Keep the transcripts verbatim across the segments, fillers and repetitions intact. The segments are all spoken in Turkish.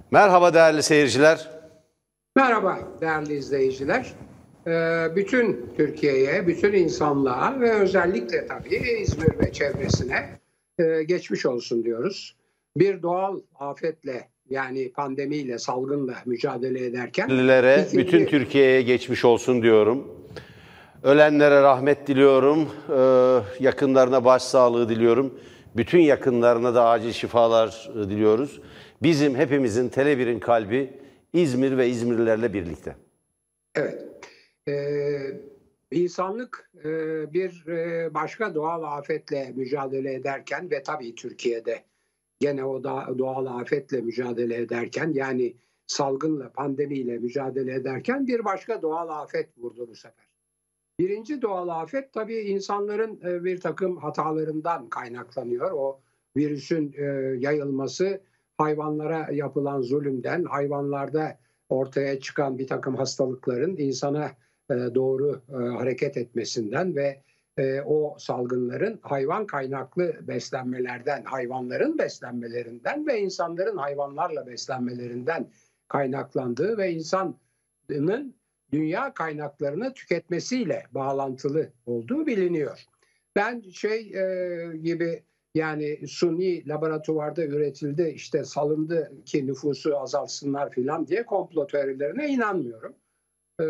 Merhaba değerli seyirciler. Merhaba değerli izleyiciler. Ee, bütün Türkiye'ye, bütün insanlığa ve özellikle tabii İzmir ve çevresine e, geçmiş olsun diyoruz. Bir doğal afetle, yani pandemiyle, salgınla mücadele ederken Ölülere, ikinci... bütün Türkiye'ye geçmiş olsun diyorum. Ölenlere rahmet diliyorum. Ee, yakınlarına başsağlığı diliyorum. Bütün yakınlarına da acil şifalar diliyoruz. Bizim hepimizin Tele bir'in kalbi İzmir ve İzmirlilerle birlikte. Evet. Ee, insanlık e, bir e, başka doğal afetle mücadele ederken ve tabii Türkiye'de gene o da doğal afetle mücadele ederken, yani salgınla, pandemiyle mücadele ederken bir başka doğal afet vurdu bu sefer. Birinci doğal afet tabii insanların e, bir takım hatalarından kaynaklanıyor. O virüsün e, yayılması hayvanlara yapılan zulümden, hayvanlarda ortaya çıkan bir takım hastalıkların insana e, doğru e, hareket etmesinden ve e, o salgınların hayvan kaynaklı beslenmelerden, hayvanların beslenmelerinden ve insanların hayvanlarla beslenmelerinden kaynaklandığı ve insanın dünya kaynaklarını tüketmesiyle bağlantılı olduğu biliniyor. Ben şey e, gibi, yani suni laboratuvarda üretildi, işte salındı ki nüfusu azalsınlar filan diye komplo teorilerine inanmıyorum. Ee,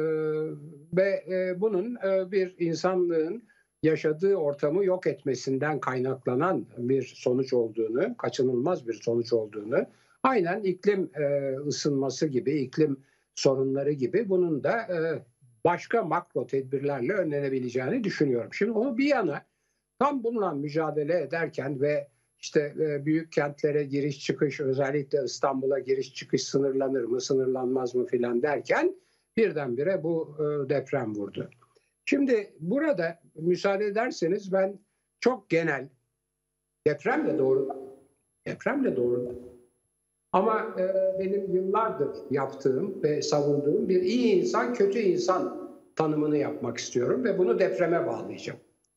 ve e, bunun e, bir insanlığın yaşadığı ortamı yok etmesinden kaynaklanan bir sonuç olduğunu, kaçınılmaz bir sonuç olduğunu, aynen iklim e, ısınması gibi, iklim sorunları gibi bunun da e, başka makro tedbirlerle önlenebileceğini düşünüyorum. Şimdi onu bir yana, tam bununla mücadele ederken ve işte e, büyük kentlere giriş çıkış, özellikle İstanbul'a giriş çıkış sınırlanır mı, sınırlanmaz mı filan derken birdenbire bu e, deprem vurdu. Şimdi burada müsaade ederseniz ben çok genel, depremle doğrudan, depremle doğrudan ama e, benim yıllardır yaptığım ve savunduğum bir iyi insan, kötü insan tanımını yapmak istiyorum ve bunu depreme bağlayacağım.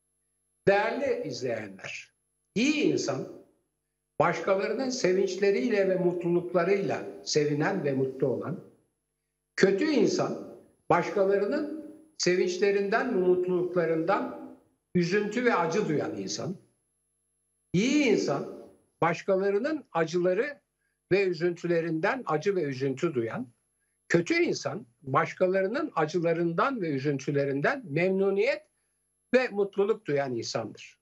Değerli izleyenler, iyi insan, başkalarının sevinçleriyle ve mutluluklarıyla sevinen ve mutlu olan, kötü insan, başkalarının sevinçlerinden ve mutluluklarından üzüntü ve acı duyan insan, iyi insan, başkalarının acıları ve üzüntülerinden acı ve üzüntü duyan, kötü insan, başkalarının acılarından ve üzüntülerinden memnuniyet ve mutluluk duyan insandır.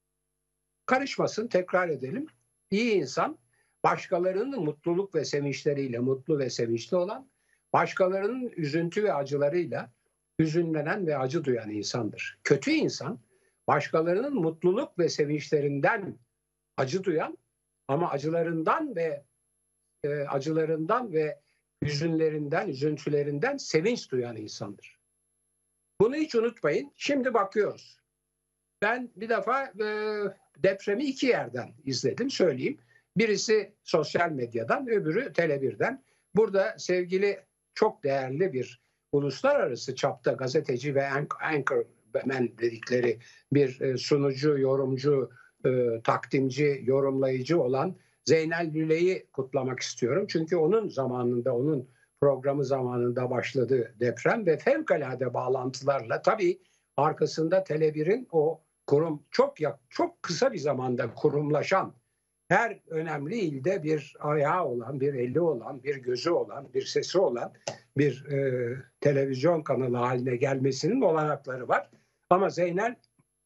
Karışmasın, tekrar edelim. İyi insan, başkalarının mutluluk ve sevinçleriyle mutlu ve sevinçli olan, başkalarının üzüntü ve acılarıyla hüzünlenen ve acı duyan insandır. Kötü insan, başkalarının mutluluk ve sevinçlerinden acı duyan ama acılarından ve e, acılarından ve hüzünlerinden, üzüntülerinden sevinç duyan insandır. Bunu hiç unutmayın. Şimdi bakıyoruz. Ben bir defa e, depremi iki yerden izledim, söyleyeyim. Birisi sosyal medyadan, öbürü Tele bir'den. Burada sevgili, çok değerli bir uluslararası çapta gazeteci ve anchorman dedikleri bir e, sunucu, yorumcu, e, takdimci, yorumlayıcı olan Zeynel Lüle'yi kutlamak istiyorum. Çünkü onun zamanında, onun programı zamanında başladı deprem ve fevkalade bağlantılarla, tabii arkasında Tele bir'in o kurum, çok çok kısa bir zamanda kurumlaşan, her önemli ilde bir ayağı olan, bir eli olan, bir gözü olan, bir sesi olan bir e, televizyon kanalı haline gelmesinin olanakları var. Ama Zeynel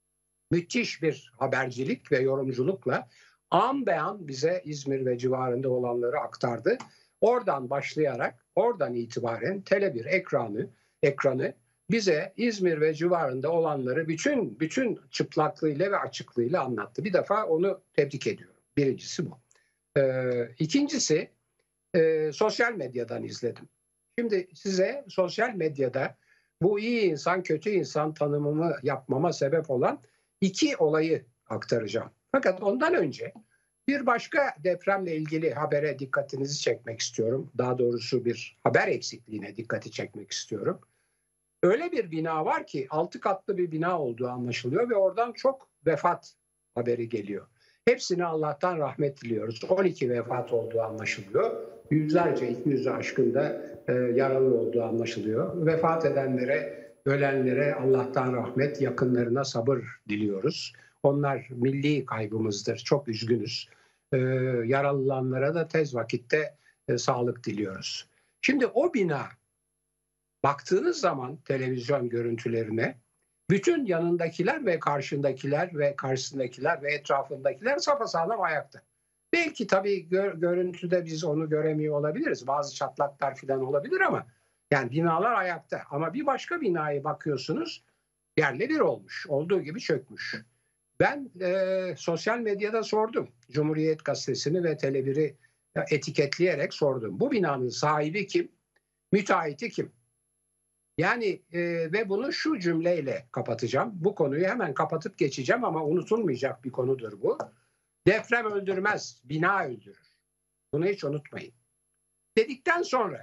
müthiş bir habercilik ve yorumculukla an be an bize İzmir ve civarında olanları aktardı. Oradan başlayarak, oradan itibaren Tele bir ekranı, ekranı bize İzmir ve civarında olanları bütün bütün çıplaklığıyla ve açıklığıyla anlattı. Bir defa onu tebrik ediyorum. Birincisi bu. Ee, ikincisi e, sosyal medyadan izledim. Şimdi size sosyal medyada bu iyi insan, kötü insan tanımımı yapmama sebep olan iki olayı aktaracağım. Fakat ondan önce bir başka depremle ilgili habere dikkatinizi çekmek istiyorum. Daha doğrusu bir haber eksikliğine dikkati çekmek istiyorum. Öyle bir bina var ki altı katlı bir bina olduğu anlaşılıyor ve oradan çok vefat haberi geliyor. Hepsine Allah'tan rahmet diliyoruz. on iki vefat olduğu anlaşılıyor. yüzlerce, iki yüzü aşkında e, yaralı olduğu anlaşılıyor. Vefat edenlere, ölenlere Allah'tan rahmet, yakınlarına sabır diliyoruz. Onlar milli kaybımızdır. Çok üzgünüz. E, yaralananlara da tez vakitte e, sağlık diliyoruz. Şimdi o bina, baktığınız zaman televizyon görüntülerine, bütün yanındakiler ve karşındakiler ve karşısındakiler ve etrafındakiler sapasağlam ayakta. Belki tabii gör, görüntüde biz onu göremiyor olabiliriz. Bazı çatlaklar falan olabilir ama yani binalar ayakta. Ama bir başka binaya bakıyorsunuz, yerle bir olmuş. Olduğu gibi çökmüş. Ben e, sosyal medyada sordum. Cumhuriyet Gazetesi'ni ve Tele bir'i etiketleyerek sordum. Bu binanın sahibi kim? Müteahhiti kim? Yani e, ve bunu şu cümleyle kapatacağım. Bu konuyu hemen kapatıp geçeceğim ama unutulmayacak bir konudur bu. Deprem öldürmez, bina öldürür. Bunu hiç unutmayın. Dedikten sonra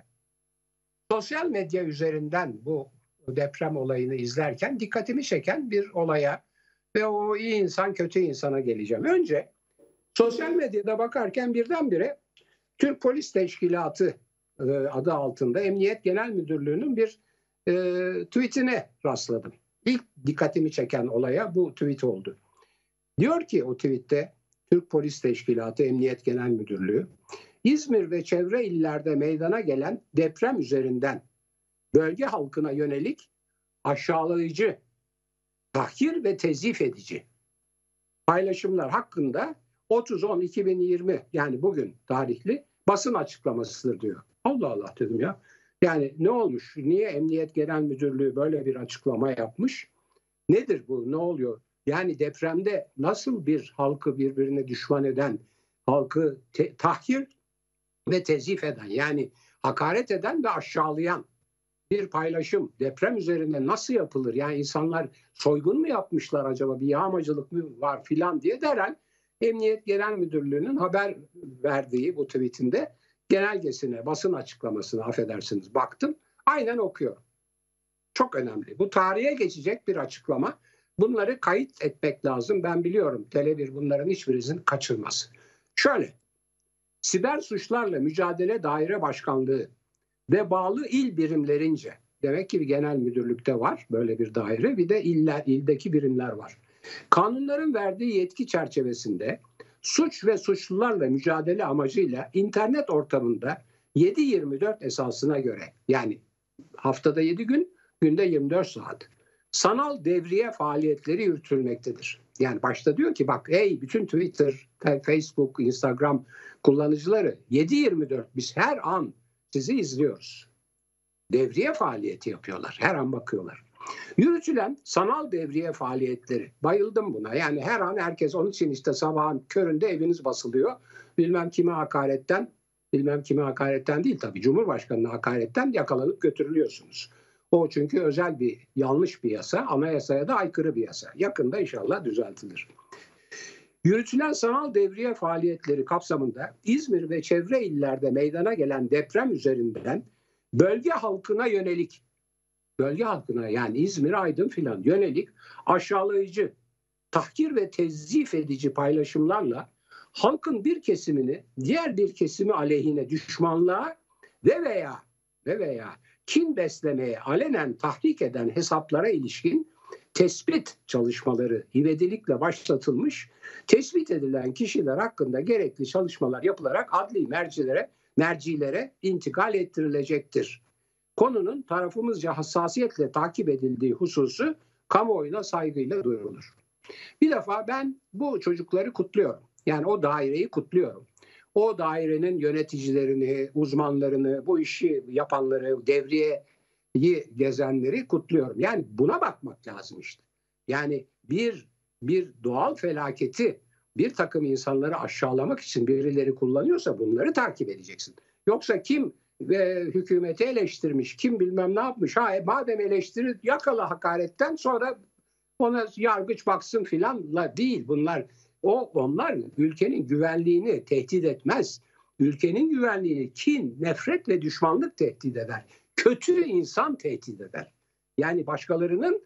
sosyal medya üzerinden bu deprem olayını izlerken dikkatimi çeken bir olaya ve o iyi insan kötü insana geleceğim. Önce sosyal medyada bakarken birdenbire Türk Polis Teşkilatı e, adı altında Emniyet Genel Müdürlüğü'nün bir e, tweetine rastladım. İlk dikkatimi çeken olaya bu tweet oldu. Diyor ki o tweette Türk Polis Teşkilatı Emniyet Genel Müdürlüğü, İzmir ve çevre illerde meydana gelen deprem üzerinden bölge halkına yönelik aşağılayıcı, tahkir ve tezif edici paylaşımlar hakkında otuz on iki bin yirmi yani bugün tarihli basın açıklamasıdır diyor. Allah Allah dedim ya. Yani ne olmuş? Niye Emniyet Genel Müdürlüğü böyle bir açıklama yapmış? Nedir bu? Ne oluyor? Yani depremde nasıl bir halkı birbirine düşman eden, halkı te- tahkir ve tezif eden, yani hakaret eden ve aşağılayan bir paylaşım deprem üzerinde nasıl yapılır? Yani insanlar soygun mu yapmışlar acaba, bir yağmacılık mı var filan diye derhal Emniyet Genel Müdürlüğü'nün haber verdiği bu tweetinde genelgesine, basın açıklamasına affedersiniz baktım. Aynen okuyor. Çok önemli. Bu tarihe geçecek bir açıklama. Bunları kayıt etmek lazım. Ben biliyorum Tele bir bunların hiçbirisini kaçırmaz. Şöyle, Siber Suçlarla Mücadele Daire Başkanlığı ve bağlı il birimlerince, demek ki bir genel müdürlükte var böyle bir daire, bir de iller, ildeki birimler var. Kanunların verdiği yetki çerçevesinde suç ve suçlularla mücadele amacıyla internet ortamında yedi yirmi dört esasına göre, yani haftada yedi gün, günde yirmi dört saat sanal devriye faaliyetleri yürütülmektedir. Yani başta diyor ki bak ey bütün Twitter, Facebook, Instagram kullanıcıları, yedi yirmi dört biz her an sizi izliyoruz. Devriye faaliyeti yapıyorlar. Her an bakıyorlar. Yürütülen sanal devriye faaliyetleri. Bayıldım buna. Yani her an herkes, onun için işte sabahın köründe eviniz basılıyor. Bilmem kime hakaretten, bilmem kime hakaretten değil tabii, Cumhurbaşkanı'na hakaretten yakalanıp götürülüyorsunuz. O çünkü özel bir, yanlış bir yasa, anayasaya da aykırı bir yasa. Yakında inşallah düzeltilir. Yürütülen sanal devriye faaliyetleri kapsamında İzmir ve çevre illerde meydana gelen deprem üzerinden bölge halkına yönelik, bölge halkına yani İzmir, Aydın filan yönelik aşağılayıcı, tahkir ve tezif edici paylaşımlarla halkın bir kesimini diğer bir kesimi aleyhine düşmanlığa ve veya ve veya kin beslemeye alenen tahrik eden hesaplara ilişkin tespit çalışmaları ivedilikle başlatılmış, tespit edilen kişiler hakkında gerekli çalışmalar yapılarak adli mercilere, mercilere intikal ettirilecektir. Konunun tarafımızca hassasiyetle takip edildiği hususu kamuoyuna saygıyla duyurulur. Bir defa ben bu çocukları kutluyorum. Yani o daireyi kutluyorum. O dairenin yöneticilerini, uzmanlarını, bu işi yapanları, devriyeyi gezenleri kutluyorum. Yani buna bakmak lazım işte. Yani bir bir doğal felaketi bir takım insanları aşağılamak için birileri kullanıyorsa bunları takip edeceksin. Yoksa kim ve hükümeti eleştirmiş, kim bilmem ne yapmış, ha madem eleştirir yakala hakaretten, sonra ona yargıç baksın filanla değil bunlar. O onlar ülkenin güvenliğini tehdit etmez. Ülkenin güvenliğini kin, nefret ve düşmanlık tehdit eder. Kötü insan tehdit eder. Yani başkalarının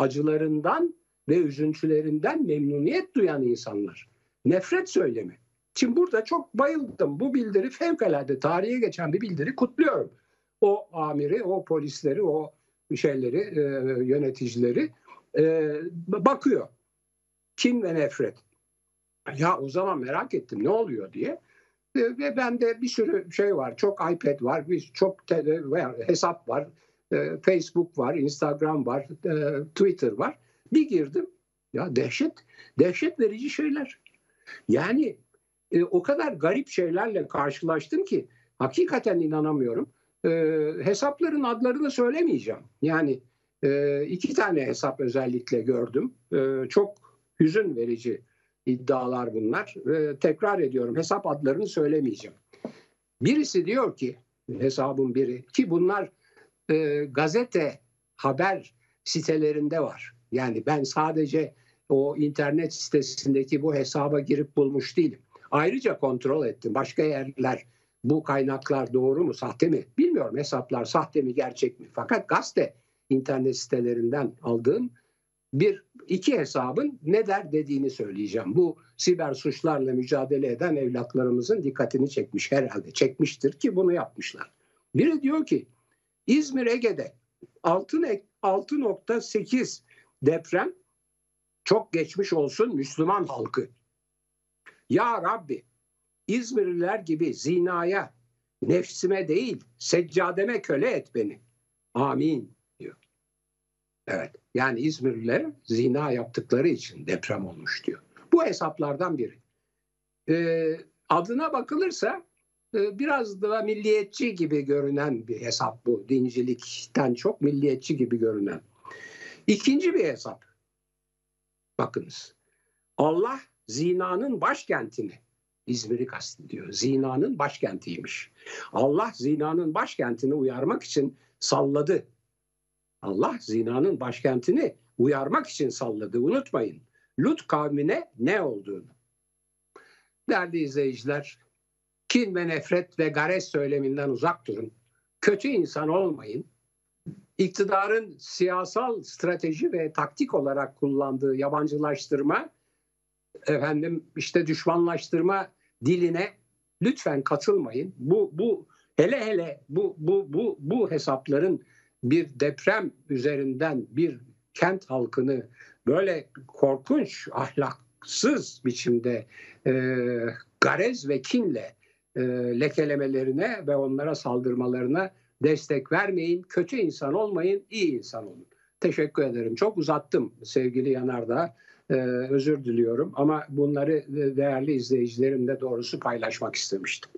acılarından ve üzüntülerinden memnuniyet duyan insanlar. Nefret söylemi, Şimdi burada çok bayıldım. Bu bildiri fevkalade tarihe geçen bir bildiri, kutluyorum. O amiri, o polisleri, o şeyleri, e, yöneticileri e, bakıyor. Kin ve nefret. Ya o zaman merak ettim ne oluyor diye. E, ve bende bir sürü şey var. Çok iPad var, bir çok te- hesap var. E, Facebook var, Instagram var, e, Twitter var. Bir girdim. Ya dehşet, dehşet verici şeyler. Yani e, o kadar garip şeylerle karşılaştım ki hakikaten inanamıyorum. E, hesapların adlarını söylemeyeceğim. Yani e, iki tane hesap özellikle gördüm. E, çok hüzün verici iddialar bunlar. E, tekrar ediyorum, hesap adlarını söylemeyeceğim. Birisi diyor ki, hesabın biri ki bunlar e, gazete, haber sitelerinde var. Yani ben sadece o internet sitesindeki bu hesaba girip bulmuş değilim. Ayrıca kontrol ettim. Başka yerler, bu kaynaklar doğru mu, sahte mi bilmiyorum. Hesaplar sahte mi, gerçek mi? Fakat gazete internet sitelerinden aldığım bir iki hesabın ne der dediğini söyleyeceğim. Bu siber suçlarla mücadele eden evlatlarımızın dikkatini çekmiş herhalde. Çekmiştir ki bunu yapmışlar. Biri diyor ki İzmir Ege'de altı nokta sekiz deprem, çok geçmiş olsun Müslüman halkı. Ya Rabbi, İzmirliler gibi zinaya, nefsime değil seccademe köle et beni. Amin diyor. Evet, yani İzmirliler zina yaptıkları için deprem olmuş diyor. Bu hesaplardan biri. Ee, adına bakılırsa e, biraz daha milliyetçi gibi görünen bir hesap bu. Dincilikten çok milliyetçi gibi görünen. İkinci bir hesap. Bakınız. Allah zinanın başkentini, İzmir'i kastediyor. Zinanın başkentiymiş. Allah zinanın başkentini uyarmak için salladı. Allah zinanın başkentini uyarmak için salladı. Unutmayın. Lut kavmine ne olduğunu. Değerli izleyiciler, kin ve nefret ve gares söyleminden uzak durun. Kötü insan olmayın. İktidarın siyasal strateji ve taktik olarak kullandığı yabancılaştırma, efendim işte düşmanlaştırma diline lütfen katılmayın. Bu bu hele hele bu bu bu bu hesapların bir deprem üzerinden bir kent halkını böyle korkunç, ahlaksız biçimde e, garez ve kinle e, lekelemelerine ve onlara saldırmalarına destek vermeyin. Kötü insan olmayın, iyi insan olun. Teşekkür ederim. Çok uzattım sevgili Yanardağ. Ee, özür diliyorum ama bunları değerli izleyicilerimle doğrusu paylaşmak istemiştim.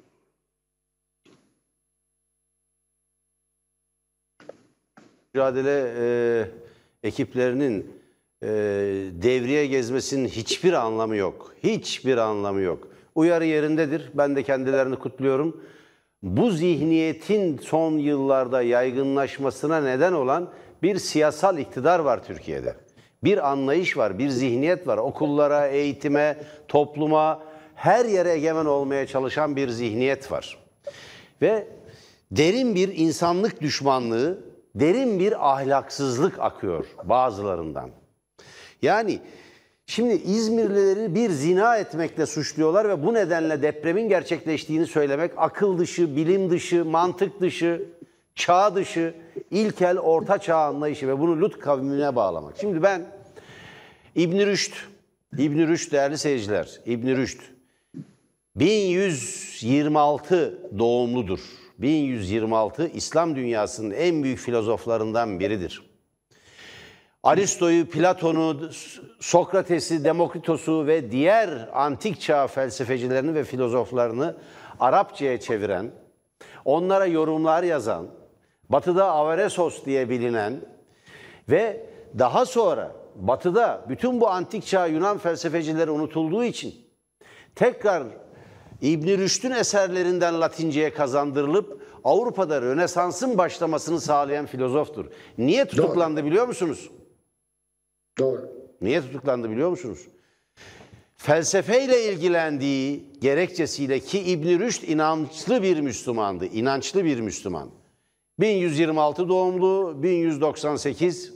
Mücadele e, ekiplerinin e, devriye gezmesinin hiçbir anlamı yok. Hiçbir anlamı yok. Uyarı yerindedir. Ben de kendilerini kutluyorum. Bu zihniyetin son yıllarda yaygınlaşmasına neden olan bir siyasal iktidar var Türkiye'de. Bir anlayış var, bir zihniyet var. Okullara, eğitime, topluma, her yere egemen olmaya çalışan bir zihniyet var. Ve derin bir insanlık düşmanlığı, derin bir ahlaksızlık akıyor bazılarından. Yani şimdi İzmirlileri bir zina etmekle suçluyorlar ve bu nedenle depremin gerçekleştiğini söylemek akıl dışı, bilim dışı, mantık dışı, çağ dışı, ilkel orta çağ anlayışı ve bunu Lut kavmine bağlamak. Şimdi ben İbn Rüşd, İbn Rüşd değerli seyirciler, İbn Rüşd bin yüz yirmi altı doğumludur. bin yüz yirmi altı İslam dünyasının en büyük filozoflarından biridir. Aristo'yu, Platon'u, Sokrates'i, Demokritos'u ve diğer antik çağ felsefecilerini ve filozoflarını Arapçaya çeviren, onlara yorumlar yazan, Batı'da Averroes diye bilinen ve daha sonra Batı'da bütün bu antik çağ Yunan felsefecileri unutulduğu için tekrar İbn Rüşd'ün eserlerinden Latinceye kazandırılıp Avrupa'da Rönesans'ın başlamasını sağlayan filozoftur. Niye tutuklandı biliyor musunuz? Doğru. Niye tutuklandı biliyor musunuz? Felsefeyle ilgilendiği gerekçesiyle ki İbn Rüşd inançlı bir Müslümandı. İnançlı bir Müslüman. bin yüz yirmi altı doğumlu, bin yüz doksan sekiz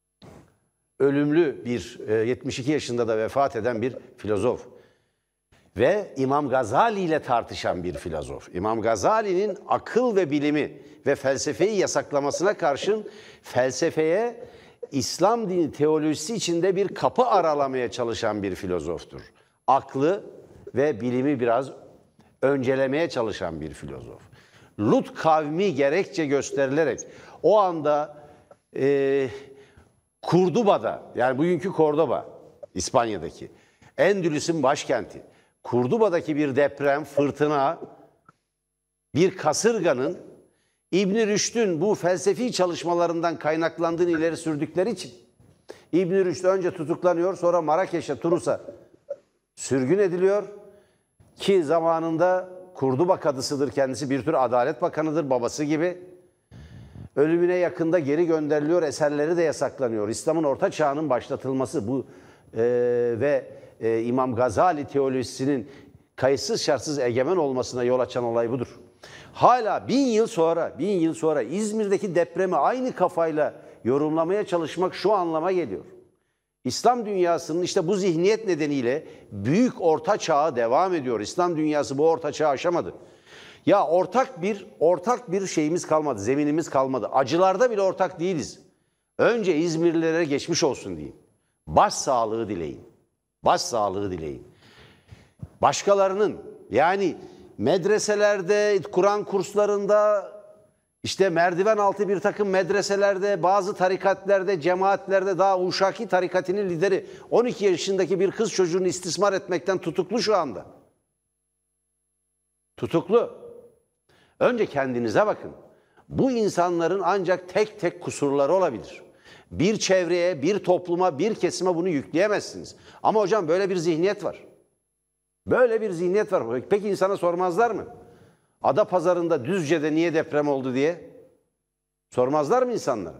ölümlü bir yetmiş iki yaşında da vefat eden bir filozof. Ve İmam Gazali ile tartışan bir filozof. İmam Gazali'nin akıl ve bilimi ve felsefeyi yasaklamasına karşın felsefeye İslam dini teolojisi içinde bir kapı aralamaya çalışan bir filozoftur. Aklı ve bilimi biraz öncelemeye çalışan bir filozof. Lut kavmi gerekçe gösterilerek o anda e, Kurduba'da, yani bugünkü Kordoba, İspanya'daki Endülüs'ün başkenti, Kurduba'daki bir deprem, fırtına, bir kasırganın İbn Rüşd'ün bu felsefi çalışmalarından kaynaklandığını ileri sürdükleri için İbn Rüşd önce tutuklanıyor, sonra Marrakeş'e, Tunus'a sürgün ediliyor ki zamanında Kurduba kadısıdır kendisi, bir tür adalet bakanıdır babası gibi. Ölümüne yakında geri gönderiliyor, eserleri de yasaklanıyor. İslam'ın orta çağının başlatılması bu e, ve e, İmam Gazali teolojisinin kayıtsız şartsız egemen olmasına yol açan olay budur. Hala bin yıl sonra, bin yıl sonra İzmir'deki depremi aynı kafayla yorumlamaya çalışmak şu anlama geliyor. İslam dünyasının işte bu zihniyet nedeniyle büyük orta çağı devam ediyor. İslam dünyası bu orta çağı aşamadı. Ya ortak bir ortak bir şeyimiz kalmadı, zeminimiz kalmadı. Acılarda bile ortak değiliz. Önce İzmirlilere geçmiş olsun deyin. Baş sağlığı dileyin. Baş sağlığı dileyin. Başkalarının, yani medreselerde, Kur'an kurslarında, işte merdiven altı bir takım medreselerde, bazı tarikatlerde, cemaatlerde, daha Uşaki tarikatının lideri on iki yaşındaki bir kız çocuğunu istismar etmekten tutuklu şu anda. Tutuklu. Önce kendinize bakın. Bu insanların ancak tek tek kusurları olabilir. Bir çevreye, bir topluma, bir kesime bunu yükleyemezsiniz. Ama hocam böyle bir zihniyet var. Böyle bir zihniyet var. Peki insana sormazlar mı? Adapazarı'nda, Düzce'de niye deprem oldu diye sormazlar mı insanlara?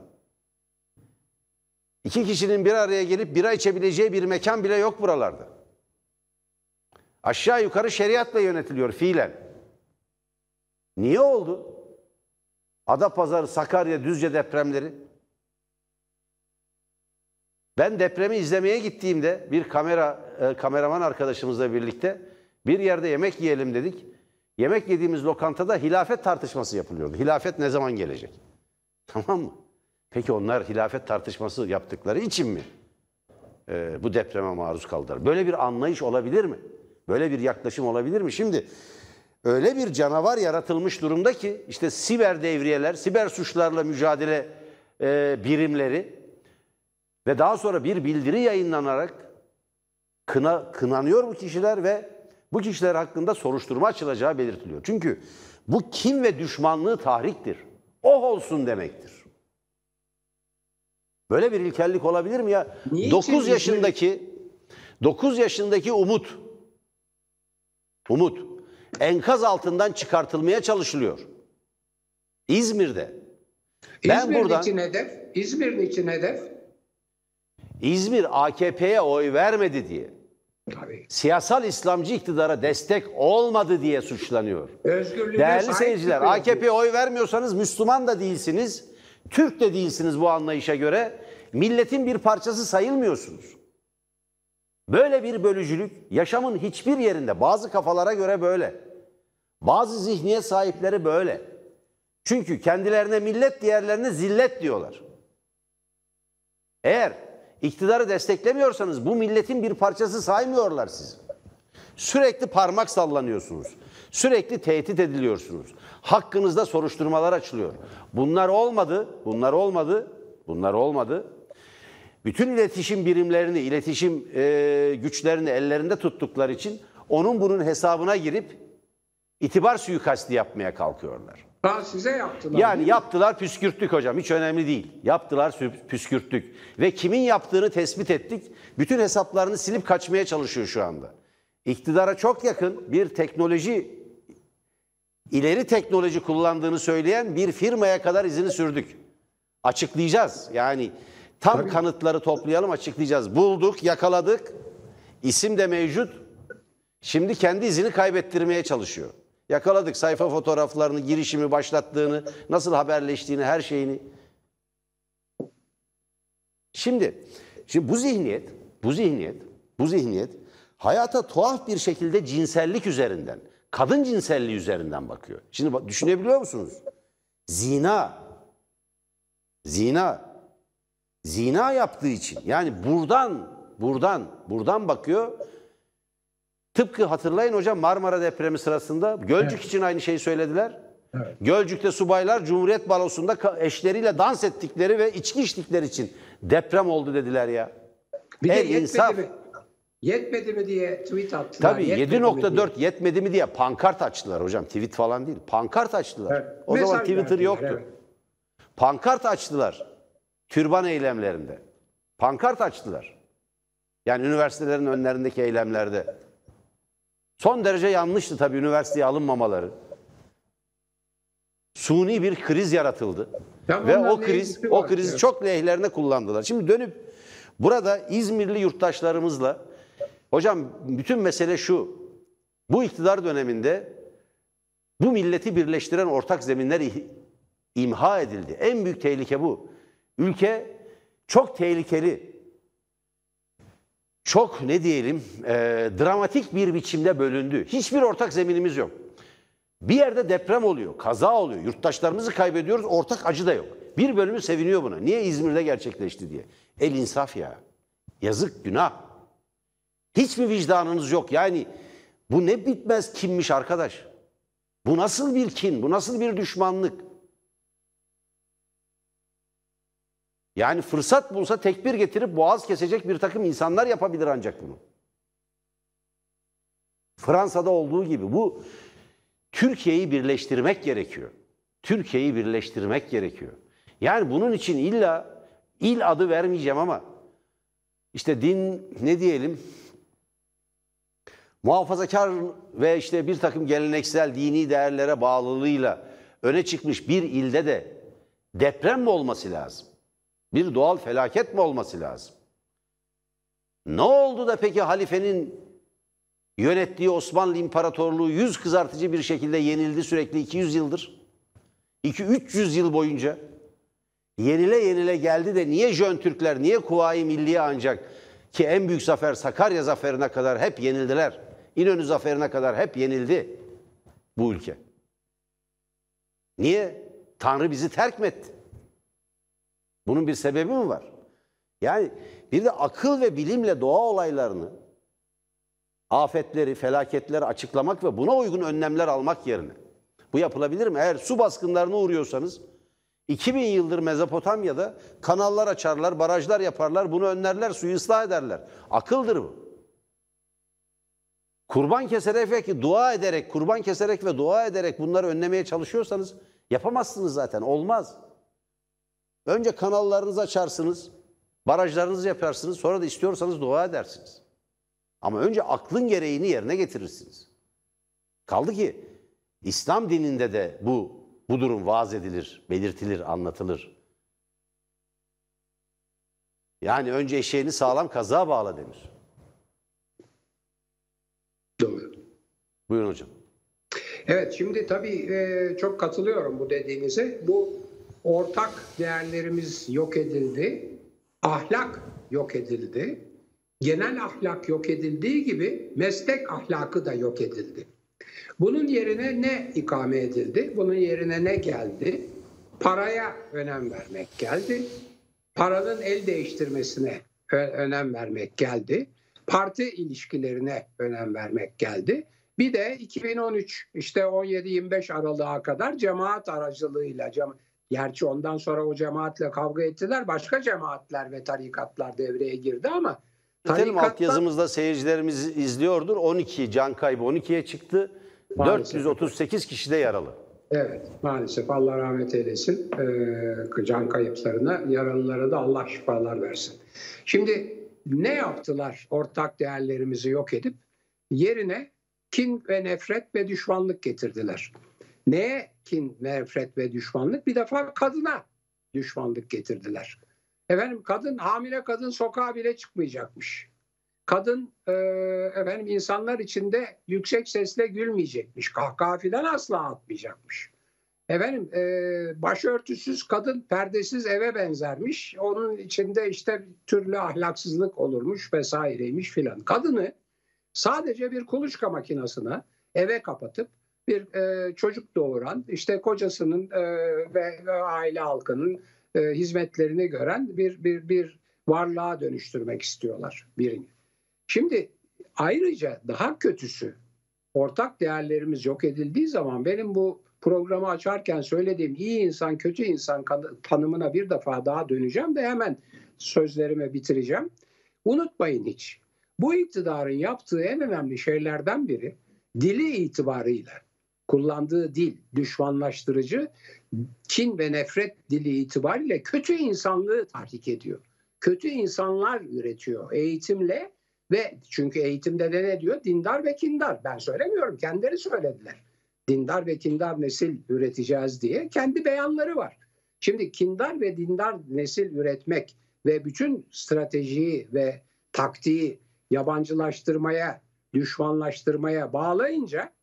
İki kişinin bir araya gelip bira içebileceği bir mekan bile yok buralarda. Aşağı yukarı şeriatla yönetiliyor fiilen. Niye oldu? Adapazarı, Sakarya, Düzce depremleri. Ben depremi izlemeye gittiğimde bir kamera e, kameraman arkadaşımızla birlikte bir yerde yemek yiyelim dedik. Yemek yediğimiz lokantada hilafet tartışması yapılıyordu. Hilafet ne zaman gelecek? Tamam mı? Peki onlar hilafet tartışması yaptıkları için mi e, bu depreme maruz kaldılar? Böyle bir anlayış olabilir mi? Böyle bir yaklaşım olabilir mi? Şimdi öyle bir canavar yaratılmış durumda ki işte siber devriyeler, siber suçlarla mücadele e, birimleri ve daha sonra bir bildiri yayınlanarak kına, kınanıyor bu kişiler ve bu kişiler hakkında soruşturma açılacağı belirtiliyor. Çünkü bu kin ve düşmanlığı tahriktir. Oh olsun demektir. Böyle bir ilkellik olabilir mi ya? dokuz yaşındaki dokuz yaşındaki Umut Umut enkaz altından çıkartılmaya çalışılıyor. İzmir'de. Ben İzmir'de buradan için hedef, İzmir'de için hedef. İzmir A K P'ye oy vermedi diye. Tabii. Siyasal İslamcı iktidara destek olmadı diye suçlanıyor. Özgürlüğüne Değerli seyirciler, çıkıyor. A K P'ye oy vermiyorsanız Müslüman da değilsiniz, Türk de değilsiniz bu anlayışa göre. Milletin bir parçası sayılmıyorsunuz. Böyle bir bölücülük yaşamın hiçbir yerinde, bazı kafalara göre böyle. Bazı zihniyet sahipleri böyle. Çünkü kendilerine millet, diğerlerine zillet diyorlar. Eğer iktidarı desteklemiyorsanız bu milletin bir parçası saymıyorlar sizi. Sürekli parmak sallanıyorsunuz. Sürekli tehdit ediliyorsunuz. Hakkınızda soruşturmalar açılıyor. Bunlar olmadı, bunlar olmadı, bunlar olmadı. Bütün iletişim birimlerini, iletişim e, güçlerini ellerinde tuttukları için onun bunun hesabına girip itibar suikasti yapmaya kalkıyorlar. Ha, size yaptılar. Yani yaptılar, püskürttük hocam. Hiç önemli değil. Yaptılar, püskürttük. Ve kimin yaptığını tespit ettik. Bütün hesaplarını silip kaçmaya çalışıyor şu anda. İktidara çok yakın bir teknoloji, ileri teknoloji kullandığını söyleyen bir firmaya kadar izini sürdük. Açıklayacağız. Yani tam Tabii. kanıtları toplayalım, açıklayacağız. Bulduk, yakaladık. İsim de mevcut. Şimdi kendi izini kaybettirmeye çalışıyor. Yakaladık sayfa fotoğraflarını, girişimi başlattığını, nasıl haberleştiğini, her şeyini. Şimdi, şimdi bu zihniyet, bu zihniyet, bu zihniyet hayata tuhaf bir şekilde cinsellik üzerinden, kadın cinselliği üzerinden bakıyor. Şimdi bak, düşünebiliyor musunuz? Zina, zina, zina yaptığı için, yani buradan, buradan, buradan bakıyor. Tıpkı hatırlayın hocam, Marmara depremi sırasında Gölcük evet. için aynı şeyi söylediler. Evet. Gölcük'te subaylar Cumhuriyet Balosu'nda eşleriyle dans ettikleri ve içki içtikleri için deprem oldu dediler ya. Bir de yetmedi insaf. mi? Yetmedi mi diye tweet attılar. Tabii yedi nokta dört yetmedi mi diye pankart açtılar hocam. Tweet falan değil. Pankart açtılar. Evet. O Mesaj zaman Twitter verdiler, yoktu. Evet. Pankart açtılar. Türban eylemlerinde. Pankart açtılar. Yani üniversitelerin önlerindeki eylemlerde. Son derece yanlıştı tabii üniversiteye alınmamaları. Suni bir kriz yaratıldı. Ya ve o kriz o krizi çok lehlerine kullandılar. Şimdi dönüp burada İzmirli yurttaşlarımızla hocam bütün mesele şu. Bu iktidar döneminde bu milleti birleştiren ortak zeminler imha edildi. En büyük tehlike bu. Ülke çok tehlikeli. Çok ne diyelim e, dramatik bir biçimde bölündü. Hiçbir ortak zeminimiz yok. Bir yerde deprem oluyor, kaza oluyor, yurttaşlarımızı kaybediyoruz, ortak acı da yok. Bir bölümü seviniyor buna. Niye İzmir'de gerçekleşti diye. El insaf ya. Yazık, günah. Hiç mi vicdanınız yok? Yani bu ne bitmez kinmiş arkadaş. Bu nasıl bir kin, bu nasıl bir düşmanlık? Yani fırsat bulsa tekbir getirip boğaz kesecek bir takım insanlar yapabilir ancak bunu. Fransa'da olduğu gibi bu Türkiye'yi birleştirmek gerekiyor. Türkiye'yi birleştirmek gerekiyor. Yani bunun için illa il adı vermeyeceğim ama işte din ne diyelim muhafazakar ve işte bir takım geleneksel dini değerlere bağlılığıyla öne çıkmış bir ilde de deprem mi olması lazım? Bir doğal felaket mi olması lazım? Ne oldu da peki halifenin yönettiği Osmanlı İmparatorluğu yüz kızartıcı bir şekilde yenildi sürekli iki yüz yıldır? iki üç yüz yıl boyunca yenile yenile geldi de niye Jön Türkler, niye Kuvayi Milliye ancak ki en büyük zafer Sakarya zaferine kadar hep yenildiler. İnönü zaferine kadar hep yenildi bu ülke. Niye? Tanrı bizi terk mi etti? Bunun bir sebebi mi var? Yani bir de akıl ve bilimle doğa olaylarını, afetleri, felaketleri açıklamak ve buna uygun önlemler almak yerine. Bu yapılabilir mi? Eğer su baskınlarına uğruyorsanız iki bin yıldır Mezopotamya'da kanallar açarlar, barajlar yaparlar, bunu önlerler, suyu ıslah ederler. Akıldır bu. Kurban keserek ve ki dua ederek, kurban keserek ve dua ederek bunları önlemeye çalışıyorsanız yapamazsınız zaten. Olmaz. Önce kanallarınızı açarsınız, barajlarınızı yaparsınız, sonra da istiyorsanız dua edersiniz. Ama önce aklın gereğini yerine getirirsiniz. Kaldı ki İslam dininde de bu bu durum vaaz edilir, belirtilir, anlatılır. Yani önce eşeğini sağlam kazığa bağla denir. Doğru. Buyurun hocam. Evet, şimdi tabii e, çok katılıyorum bu dediğinize. Bu ortak değerlerimiz yok edildi, ahlak yok edildi. Genel ahlak yok edildiği gibi meslek ahlakı da yok edildi. Bunun yerine ne ikame edildi? Bunun yerine ne geldi? Paraya önem vermek geldi. Paranın el değiştirmesine önem vermek geldi. Parti ilişkilerine önem vermek geldi. Bir de iki bin on üç işte on yedi yirmi beş Aralık'a kadar cemaat aracılığıyla, cema gerçi ondan sonra o cemaatle kavga ettiler. Başka cemaatler ve tarikatlar devreye girdi ama tarikatlar... Altyazımızda seyircilerimiz izliyordur. on iki can kaybı on ikiye çıktı. Maalesef. dört yüz otuz sekiz kişi de yaralı. Evet, maalesef Allah rahmet eylesin. Ee, can kayıplarına, yaralılara da Allah şifalar versin. Şimdi ne yaptılar ortak değerlerimizi yok edip? Yerine kin ve nefret ve düşmanlık getirdiler. Neye kin, nefret ve düşmanlık? Bir defa kadına düşmanlık getirdiler. Efendim kadın, hamile kadın sokağa bile çıkmayacakmış. Kadın e, efendim insanlar içinde yüksek sesle gülmeyecekmiş. Kahkaha filan asla atmayacakmış. Efendim e, başörtüsüz kadın perdesiz eve benzermiş. Onun içinde işte türlü ahlaksızlık olurmuş vesaireymiş filan. Kadını Sadece bir kuluçka makinesine eve kapatıp bir e, çocuk doğuran, işte kocasının e, ve, ve aile halkının e, hizmetlerini gören bir bir bir varlığa dönüştürmek istiyorlar birini. Şimdi ayrıca daha kötüsü, ortak değerlerimiz yok edildiği zaman benim bu programı açarken söylediğim iyi insan, kötü insan tanımına bir defa daha döneceğim ve hemen sözlerimi bitireceğim. Unutmayın hiç. Bu iktidarın yaptığı en önemli şeylerden biri dili itibarıyla, kullandığı dil düşmanlaştırıcı, kin ve nefret dili itibariyle kötü insanlığı tahrik ediyor. Kötü insanlar üretiyor eğitimle ve çünkü eğitimde de ne diyor? Dindar ve kindar. Ben söylemiyorum, kendileri söylediler. Dindar ve kindar nesil üreteceğiz diye kendi beyanları var. Şimdi kindar ve dindar nesil üretmek ve bütün stratejiyi ve taktiği yabancılaştırmaya, düşmanlaştırmaya bağlayınca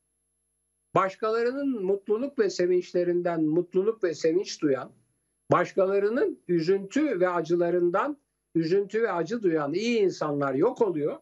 başkalarının mutluluk ve sevinçlerinden mutluluk ve sevinç duyan, başkalarının üzüntü ve acılarından üzüntü ve acı duyan iyi insanlar yok oluyor.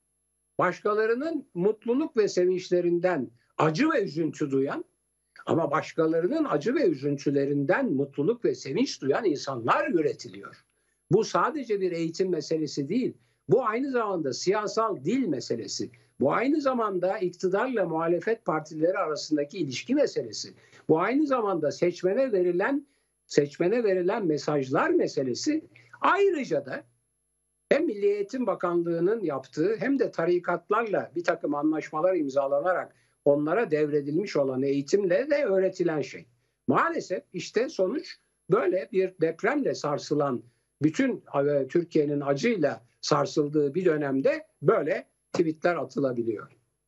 Başkalarının mutluluk ve sevinçlerinden acı ve üzüntü duyan ama başkalarının acı ve üzüntülerinden mutluluk ve sevinç duyan insanlar üretiliyor. Bu sadece bir eğitim meselesi değil. Bu aynı zamanda siyasal dil meselesi. Bu aynı zamanda iktidarla muhalefet partileri arasındaki ilişki meselesi. Bu aynı zamanda seçmene verilen seçmene verilen mesajlar meselesi. Ayrıca da hem Milli Eğitim Bakanlığı'nın yaptığı hem de tarikatlarla bir takım anlaşmalar imzalanarak onlara devredilmiş olan eğitimle de öğretilen şey. Maalesef işte sonuç böyle bir depremle sarsılan, bütün Türkiye'nin acıyla sarsıldığı bir dönemde böyle tweetler atılabiliyor.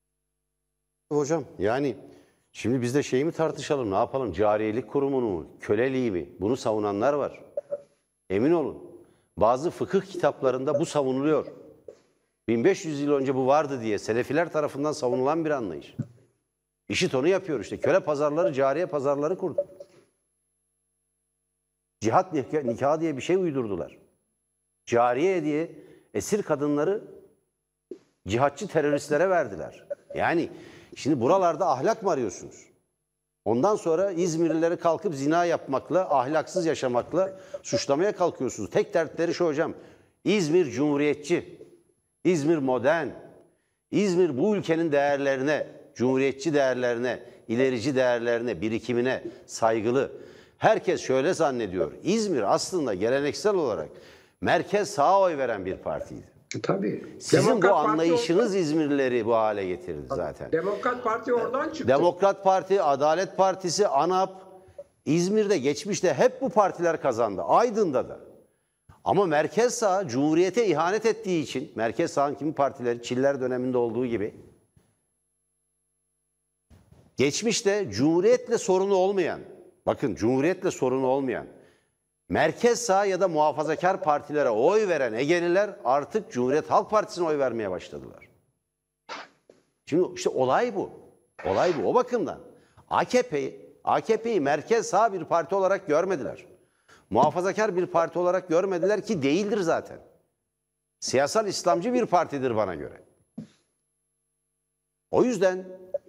Hocam yani şimdi biz de şeyi mi tartışalım, ne yapalım? Cariyelik kurumunu mu, köleliği mi? Bunu savunanlar var. Emin olun. Bazı fıkıh kitaplarında bu savunuluyor. bin beş yüz yıl önce bu vardı diye Selefiler tarafından savunulan bir anlayış. İşit onu yapıyor işte. Köle pazarları, cariye pazarları kurdu. Cihat nikahı diye bir şey uydurdular. Cariye diye esir kadınları cihatçı teröristlere verdiler. Yani şimdi buralarda ahlak mı arıyorsunuz? Ondan sonra İzmirlileri kalkıp zina yapmakla, ahlaksız yaşamakla suçlamaya kalkıyorsunuz. Tek dertleri şu hocam. İzmir cumhuriyetçi, İzmir modern, İzmir bu ülkenin değerlerine, cumhuriyetçi değerlerine, ilerici değerlerine, birikimine saygılı. Herkes şöyle zannediyor. İzmir aslında geleneksel olarak merkez sağa oy veren bir partiydi. Tabii. Sizin Demokrat bu anlayışınız Parti İzmirlileri bu hale getirdi zaten. Demokrat Parti oradan çıktı. Demokrat Parti, Adalet Partisi, ANAP, İzmir'de geçmişte hep bu partiler kazandı. Aydın'da da. Ama merkez sağ Cumhuriyete ihanet ettiği için, merkez sağın kimi partileri Çiller döneminde olduğu gibi, geçmişte Cumhuriyetle sorunu olmayan, bakın Cumhuriyetle sorunu olmayan, merkez sağ ya da muhafazakar partilere oy veren Egeliler artık Cumhuriyet Halk Partisi'ne oy vermeye başladılar. Şimdi işte olay bu. Olay bu. O bakımdan A K P'yi A K P'yi merkez sağ bir parti olarak görmediler. Muhafazakar bir parti olarak görmediler ki değildir zaten. Siyasal İslamcı bir partidir bana göre. O yüzden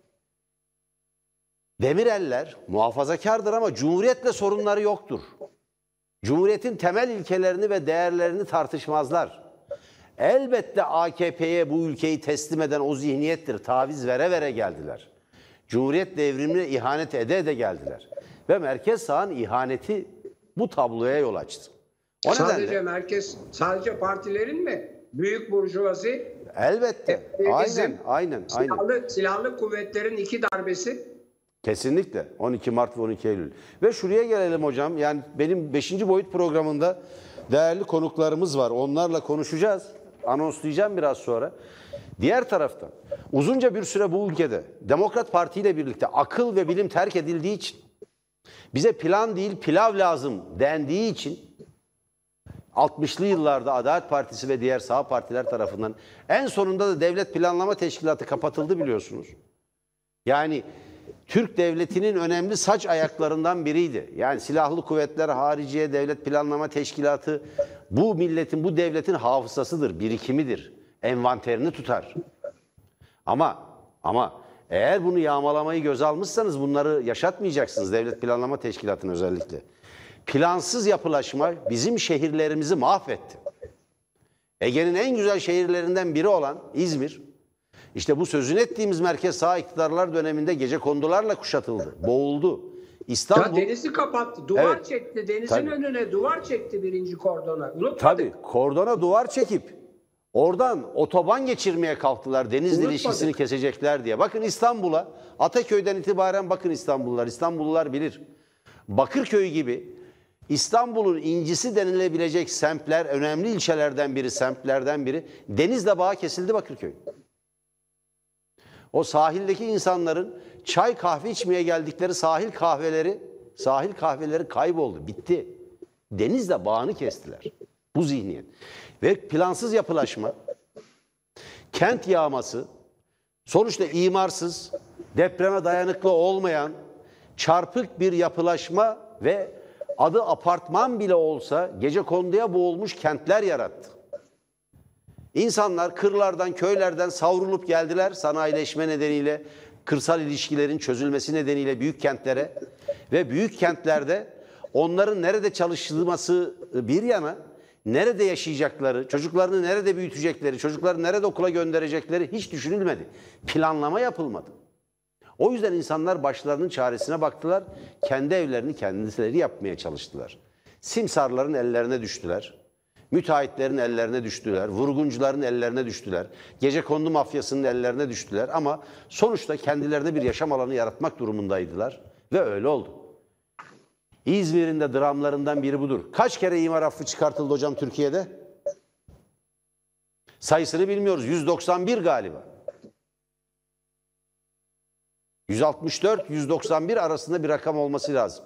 Demireller muhafazakardır ama Cumhuriyetle sorunları yoktur. Cumhuriyetin temel ilkelerini ve değerlerini tartışmazlar. Elbette A K P'ye bu ülkeyi teslim eden o zihniyettir. Taviz vere vere geldiler. Cumhuriyet devrimine ihanet ede ede geldiler. Ve merkez sağın ihaneti bu tabloya yol açtı. O sadece nedenle, merkez, sadece partilerin mi? Büyük burjuvazi. elbette. Aynen, aynen, aynen. Silahlı, silahlı kuvvetlerin iki darbesi. Kesinlikle. on iki Mart ve on iki Eylül. Ve şuraya gelelim hocam. Yani benim beşinci boyut programında değerli konuklarımız var. Onlarla konuşacağız. Anonslayacağım biraz sonra. Diğer taraftan uzunca bir süre bu ülkede Demokrat Parti ile birlikte akıl ve bilim terk edildiği için, bize plan değil pilav lazım dendiği için altmışlı yıllarda Adalet Partisi ve diğer sağ partiler tarafından en sonunda da Devlet Planlama Teşkilatı kapatıldı biliyorsunuz. Yani Türk devletinin önemli saç ayaklarından biriydi. Yani Silahlı Kuvvetler, Hariciye, Devlet Planlama Teşkilatı bu milletin, bu devletin hafızasıdır, birikimidir, envanterini tutar. Ama ama eğer bunu yağmalamayı göze almışsanız bunları yaşatmayacaksınız, Devlet Planlama Teşkilatı'nın özellikle. Plansız yapılaşma bizim şehirlerimizi mahvetti. Ege'nin en güzel şehirlerinden biri olan İzmir, işte bu sözünü ettiğimiz merkez sağ iktidarlar döneminde gecekondularla kuşatıldı, boğuldu. İstanbul... Ya denizi kapattı, duvar Evet, çekti, denizin tabii. önüne duvar çekti birinci kordona. Unutmadık. Tabii, kordona duvar çekip oradan otoban geçirmeye kalktılar, deniz Unutmadık. ilişkisini kesecekler diye. Bakın İstanbul'a, Ataköy'den itibaren bakın İstanbullular, İstanbullular bilir. Bakırköy gibi İstanbul'un incisi denilebilecek semtler, önemli ilçelerden biri, semtlerden biri. Denizle bağı kesildi Bakırköy. O sahildeki insanların çay kahve içmeye geldikleri sahil kahveleri, sahil kahveleri kayboldu, bitti. Denizle bağını kestiler. Bu zihniyet. Ve plansız yapılaşma, kent yağması, sonuçta imarsız, depreme dayanıklı olmayan, çarpık bir yapılaşma ve adı apartman bile olsa gecekonduya boğulmuş kentler yarattı. İnsanlar kırlardan, köylerden savrulup geldiler sanayileşme nedeniyle, kırsal ilişkilerin çözülmesi nedeniyle büyük kentlere ve büyük kentlerde onların nerede çalışılması bir yana, nerede yaşayacakları, çocuklarını nerede büyütecekleri, çocuklarını nerede okula gönderecekleri hiç düşünülmedi. Planlama yapılmadı. O yüzden insanlar başlarının çaresine baktılar, kendi evlerini kendileri yapmaya çalıştılar. Simsarların ellerine düştüler, müteahhitlerin ellerine düştüler, vurguncuların ellerine düştüler, gecekondu mafyasının ellerine düştüler ama sonuçta kendilerine bir yaşam alanı yaratmak durumundaydılar ve öyle oldu. İzmir'in de dramlarından biri budur. Kaç kere imar affı çıkartıldı hocam Türkiye'de? Sayısını bilmiyoruz. yüz doksan bir galiba. yüz altmış dört yüz doksan bir arasında bir rakam olması lazım.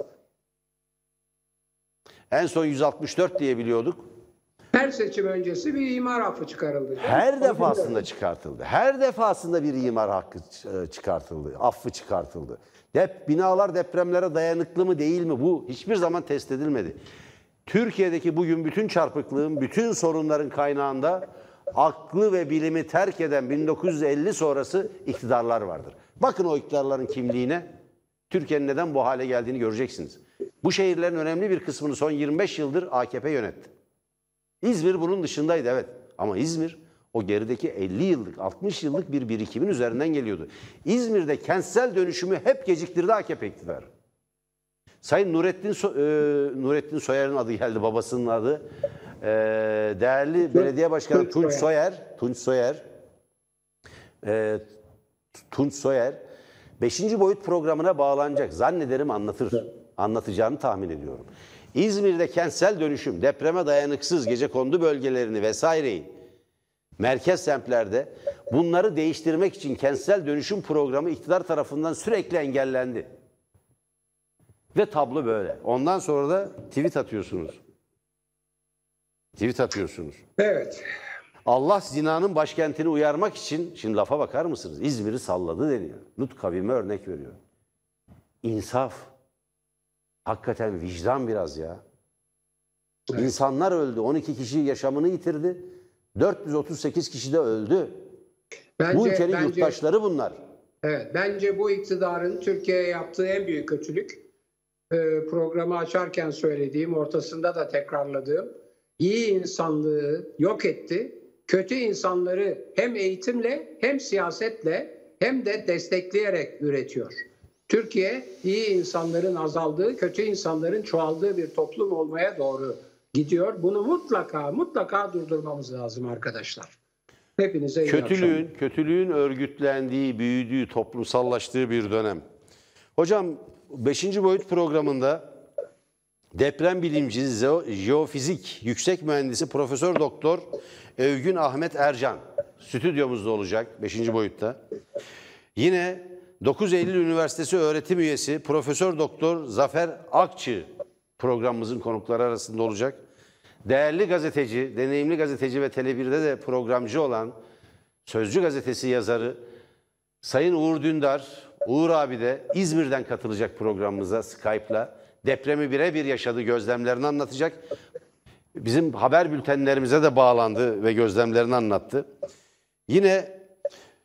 En son yüz altmış dört diye biliyorduk. Her seçim öncesi bir imar affı çıkarıldı. Her defasında çıkartıldı. Her defasında bir imar hakkı çıkartıldı. Affı çıkartıldı. Dep, binalar depremlere dayanıklı mı değil mi? Bu hiçbir zaman test edilmedi. Türkiye'deki bugün bütün çarpıklığın, bütün sorunların kaynağında aklı ve bilimi terk eden bin dokuz yüz elli sonrası iktidarlar vardır. Bakın o iktidarların kimliğine, Türkiye'nin neden bu hale geldiğini göreceksiniz. Bu şehirlerin önemli bir kısmını son yirmi beş yıldır A K P yönetti. İzmir bunun dışındaydı evet. Ama İzmir o gerideki elli yıllık, altmış yıllık bir birikimin üzerinden geliyordu. İzmir'de kentsel dönüşümü hep geciktirdi A K P iktidarı. Sayın Nurettin, so e, Nurettin Soyer'in adı geldi, babasının adı. E, değerli belediye başkanı Tunç, Tunç Soyer, Tunç Soyer, e, Tunç Soyer, beşinci boyut programına bağlanacak. Zannederim anlatır, anlatacağını tahmin ediyorum. İzmir'de kentsel dönüşüm, depreme dayanıksız gecekondu bölgelerini vesaireyi, merkez semtlerde bunları değiştirmek için kentsel dönüşüm programı iktidar tarafından sürekli engellendi. Ve tablo böyle. Ondan sonra da tweet atıyorsunuz. Tweet atıyorsunuz. Evet. Allah zinanın başkentini uyarmak için, şimdi lafa bakar mısınız? İzmir'i salladı deniyor. Lut kavime örnek veriyor. İnsaf. Hakikaten vicdan biraz ya. Evet. İnsanlar öldü. on iki kişi yaşamını yitirdi. dört yüz otuz sekiz kişi de öldü. Bence, bu ülkenin bence, yurttaşları bunlar. Evet, bence bu iktidarın Türkiye'ye yaptığı en büyük kötülük, e, programı açarken söylediğim, ortasında da tekrarladığım, iyi insanlığı yok etti. Kötü insanları hem eğitimle hem siyasetle hem de destekleyerek üretiyor. Türkiye iyi insanların azaldığı, kötü insanların çoğaldığı bir toplum olmaya doğru gidiyor. Bunu mutlaka mutlaka durdurmamız lazım arkadaşlar. Hepinize iyi kötülüğün, akşamlar. Kötülüğün örgütlendiği, büyüdüğü, toplumsallaştığı bir dönem. Hocam beşinci boyut programında deprem bilimci, jeofizik yüksek mühendisi Profesör Doktor Övgün Ahmet Ercan stüdyomuzda olacak beşinci boyutta. Yine dokuz Eylül Üniversitesi öğretim üyesi Profesör Doktor Zafer Akçı programımızın konukları arasında olacak. Değerli gazeteci, deneyimli gazeteci ve Tele bir'de de programcı olan Sözcü gazetesi yazarı Sayın Uğur Dündar, Uğur abi de İzmir'den katılacak programımıza Skype'la. Depremi birebir yaşadı, gözlemlerini anlatacak. Bizim haber bültenlerimize de bağlandı ve gözlemlerini anlattı. Yine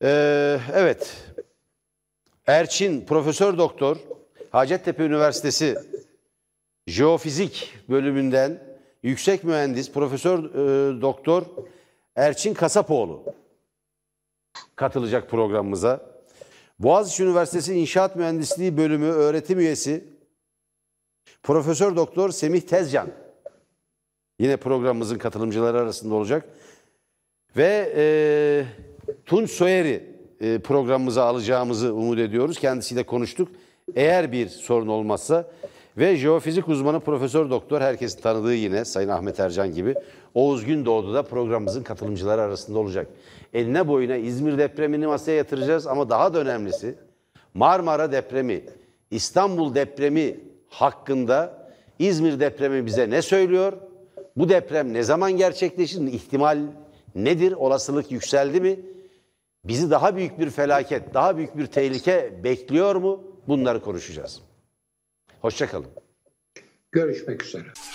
Ee, evet. Erçin Profesör Doktor Hacettepe Üniversitesi Jeofizik bölümünden yüksek mühendis Profesör e, Doktor Erçin Kasapoğlu katılacak programımıza. Boğaziçi Üniversitesi İnşaat Mühendisliği Bölümü öğretim üyesi Profesör Doktor Semih Tezcan yine programımızın katılımcıları arasında olacak. Ve e, Tunç Soyer'i e, programımıza alacağımızı umut ediyoruz. Kendisiyle konuştuk. Eğer bir sorun olmazsa ve jeofizik uzmanı Profesör Doktor herkesin tanıdığı yine Sayın Ahmet Ercan gibi Oğuz Gündoğdu da programımızın katılımcıları arasında olacak. Eline boyuna İzmir depremini masaya yatıracağız ama daha da önemlisi Marmara depremi, İstanbul depremi hakkında İzmir depremi bize ne söylüyor? Bu deprem ne zaman gerçekleşir? İhtimal nedir? Olasılık yükseldi mi? Bizi daha büyük bir felaket, daha büyük bir tehlike bekliyor mu? Bunları konuşacağız. Hoşça kalın. Görüşmek üzere.